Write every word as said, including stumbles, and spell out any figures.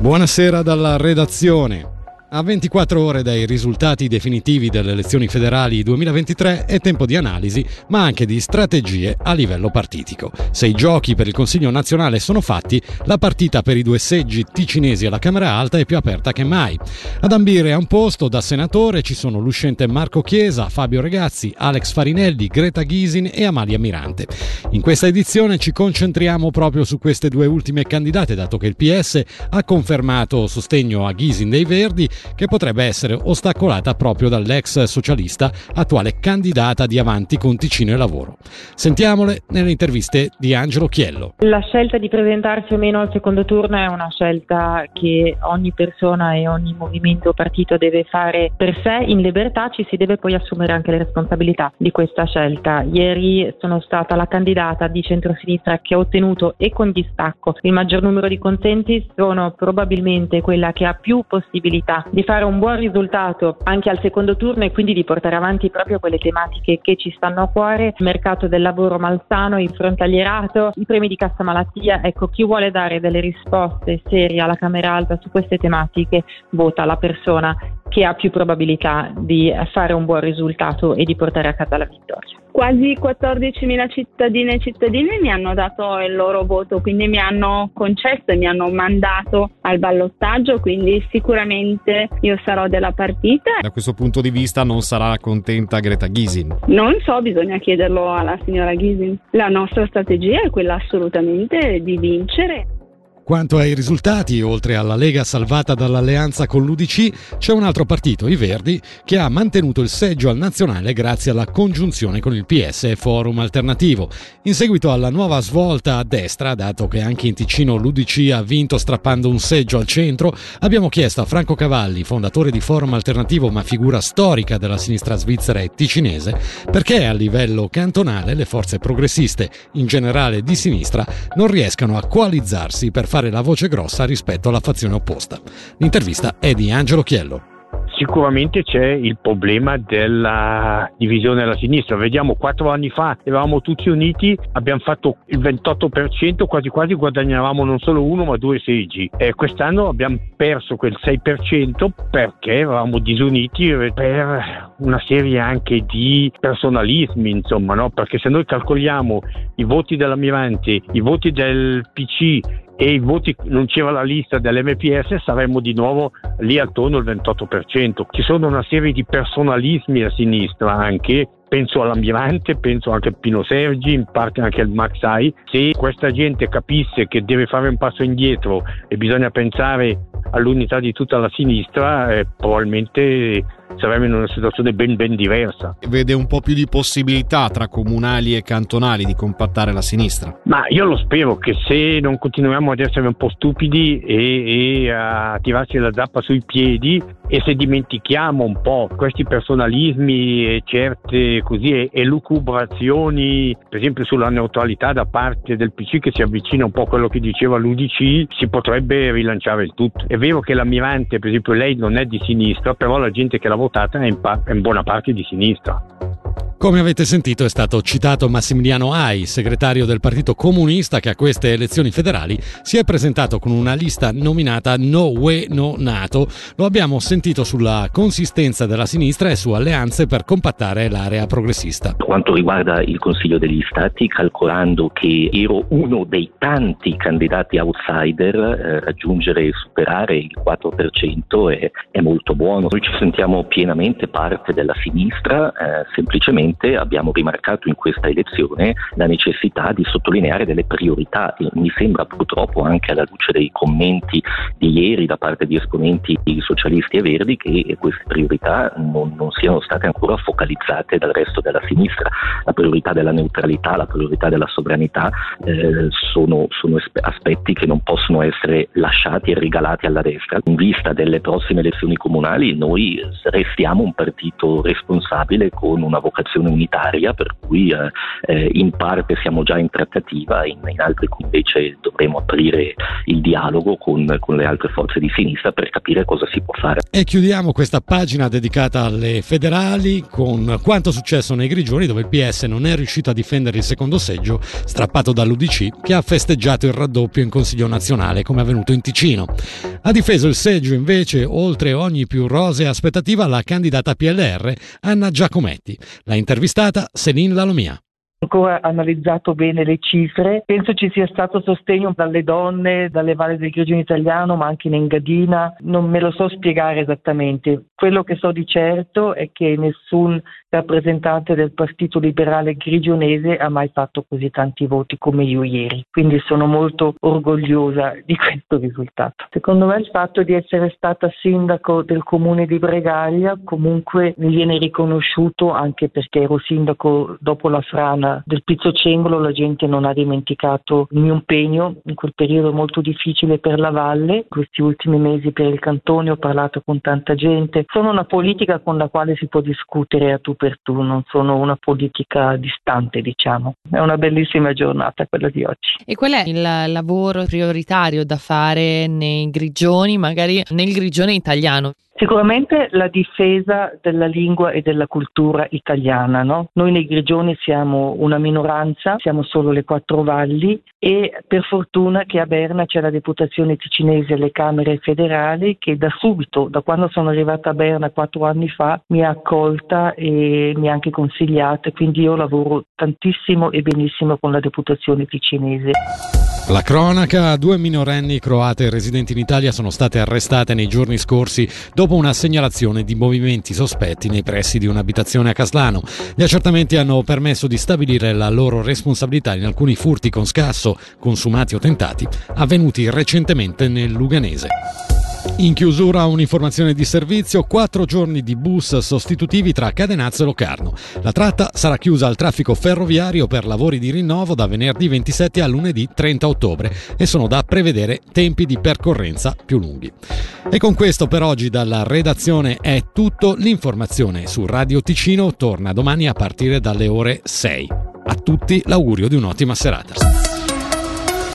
Buonasera dalla redazione. A ventiquattro ore dai risultati definitivi delle elezioni federali duemilaventitré è tempo di analisi, ma anche di strategie a livello partitico. Se i giochi per il Consiglio nazionale sono fatti, la partita per i due seggi ticinesi alla Camera Alta è più aperta che mai. Ad ambire a un posto da senatore ci sono l'uscente Marco Chiesa, Fabio Regazzi, Alex Farinelli, Greta Gysin e Amalia Mirante. In questa edizione ci concentriamo proprio su queste due ultime candidate, dato che il P S ha confermato sostegno a Gysin dei Verdi, che potrebbe essere ostacolata proprio dall'ex socialista, attuale candidata di Avanti con Ticino e Lavoro. Sentiamole nelle interviste di Angelo Chiello. La scelta di presentarsi o meno al secondo turno è una scelta che ogni persona e ogni movimento o partito deve fare per sé in libertà. Ci si deve poi assumere anche le responsabilità di questa scelta. Ieri sono stata la candidata di centrosinistra che ha ottenuto, e con distacco, il maggior numero di consensi. Sono probabilmente quella che ha più possibilità di fare un buon risultato anche al secondo turno e quindi di portare avanti proprio quelle tematiche che ci stanno a cuore: il mercato del lavoro malsano, il frontalierato, i premi di cassa malattia. Ecco, chi vuole dare delle risposte serie alla Camera Alta su queste tematiche vota la persona che ha più probabilità di fare un buon risultato e di portare a casa la vittoria. Quasi quattordicimila cittadine e cittadini mi hanno dato il loro voto, quindi mi hanno concesso e mi hanno mandato al ballottaggio, quindi sicuramente io sarò della partita. Da questo punto di vista non sarà contenta Greta Gysin? Non so, bisogna chiederlo alla signora Gysin. La nostra strategia è quella assolutamente di vincere. Quanto ai risultati, oltre alla Lega salvata dall'alleanza con l'U D C, c'è un altro partito, i Verdi, che ha mantenuto il seggio al nazionale grazie alla congiunzione con il P S e Forum Alternativo. In seguito alla nuova svolta a destra, dato che anche in Ticino l'U D C ha vinto strappando un seggio al centro, abbiamo chiesto a Franco Cavalli, fondatore di Forum Alternativo ma figura storica della sinistra svizzera e ticinese, perché a livello cantonale le forze progressiste, in generale di sinistra, non riescano a coalizzarsi per fare la voce grossa rispetto alla fazione opposta. L'intervista è di Angelo Chiello. Sicuramente c'è il problema della divisione alla sinistra. Vediamo, quattro anni fa eravamo tutti uniti, abbiamo fatto il ventotto per cento, quasi quasi guadagnavamo non solo uno ma due seggi. E quest'anno abbiamo perso quel sei per cento perché eravamo disuniti per una serie anche di personalismi, insomma, no? Perché se noi calcoliamo i voti della Mirante, i voti del P C e i voti, non c'era la lista dell'M P S, saremmo di nuovo lì attorno al ventotto per cento. Ci sono una serie di personalismi a sinistra anche, penso all'Amirante, penso anche a Pino Sergi, in parte anche al Maxai. Se questa gente capisse che deve fare un passo indietro e bisogna pensare all'unità di tutta la sinistra, eh, probabilmente saremmo in una situazione ben ben diversa. Vede un po' più di possibilità tra comunali e cantonali di compattare la sinistra? Ma io lo spero, che se non continuiamo ad essere un po' stupidi e, e a tirarci la zappa sui piedi, e se dimentichiamo un po' questi personalismi e certe così elucubrazioni, per esempio sulla neutralità da parte del P C, che si avvicina un po' a quello che diceva l'U D C, si potrebbe rilanciare il tutto. È vero che la Mirante, per esempio, lei non è di sinistra, però la gente che l'ha votata è in, pa- è in buona parte di sinistra. Come avete sentito, è stato citato Massimiliano Ai, segretario del Partito Comunista, che a queste elezioni federali si è presentato con una lista nominata No Way No NATO. Lo abbiamo sentito sulla consistenza della sinistra e su alleanze per compattare l'area progressista. Per quanto riguarda il Consiglio degli Stati, calcolando che ero uno dei tanti candidati outsider, eh, raggiungere e superare il quattro per cento è, è molto buono. Noi ci sentiamo pienamente parte della sinistra, eh, semplicemente abbiamo rimarcato in questa elezione la necessità di sottolineare delle priorità, e mi sembra purtroppo anche alla luce dei commenti di ieri da parte di esponenti socialisti e verdi che queste priorità non, non siano state ancora focalizzate dal resto della sinistra. La priorità della neutralità, la priorità della sovranità eh, sono, sono aspetti che non possono essere lasciati e regalati alla destra. In vista delle prossime elezioni comunali noi restiamo un partito responsabile con una vocazione soluzione unitaria, per cui eh, eh, in parte siamo già in trattativa, in, in altri invece dovremo aprire il dialogo con, con le altre forze di sinistra per capire cosa si può fare. E chiudiamo questa pagina dedicata alle federali con quanto successo nei Grigioni, dove il P S non è riuscito a difendere il secondo seggio strappato dall'U D C, che ha festeggiato il raddoppio in Consiglio nazionale come è avvenuto in Ticino. Ha difeso il seggio invece, oltre ogni più rosea aspettativa, la candidata P L R Anna Giacometti. L'ha intervistata Céline Lalomia. Ancora analizzato bene le cifre, penso ci sia stato sostegno dalle donne, dalle valli del Grigione italiano, ma anche in Engadina, non me lo so spiegare esattamente. Quello che so di certo è che nessun rappresentante del Partito Liberale grigionese ha mai fatto così tanti voti come io ieri, quindi sono molto orgogliosa di questo risultato. Secondo me il fatto di essere stata sindaco del comune di Bregaglia comunque mi viene riconosciuto, anche perché ero sindaco dopo la frana del Pizzocengolo. La gente non ha dimenticato il mio impegno in quel periodo molto difficile per la valle. Questi ultimi mesi per il cantone ho parlato con tanta gente. Sono una politica con la quale si può discutere a tu per tu, non sono una politica distante, diciamo. È una bellissima giornata quella di oggi. E qual è il lavoro prioritario da fare nei Grigioni, magari nel Grigione italiano? Sicuramente la difesa della lingua e della cultura italiana, no? Noi nei Grigioni siamo una minoranza, siamo solo le quattro valli e per fortuna che a Berna c'è la deputazione ticinese alle Camere federali che da subito, da quando sono arrivata a Berna quattro anni fa, mi ha accolta e mi ha anche consigliata, quindi io lavoro tantissimo e benissimo con la deputazione ticinese. La cronaca: due minorenni croate residenti in Italia sono state arrestate nei giorni scorsi dopo una segnalazione di movimenti sospetti nei pressi di un'abitazione a Caslano. Gli accertamenti hanno permesso di stabilire la loro responsabilità in alcuni furti con scasso, consumati o tentati, avvenuti recentemente nel Luganese. In chiusura un'informazione di servizio: quattro giorni di bus sostitutivi tra Cadenazzo e Locarno. La tratta sarà chiusa al traffico ferroviario per lavori di rinnovo da venerdì ventisette a lunedì trenta ottobre e sono da prevedere tempi di percorrenza più lunghi. E con questo per oggi dalla redazione è tutto. L'informazione su Radio Ticino torna domani a partire dalle ore sei. A tutti l'augurio di un'ottima serata.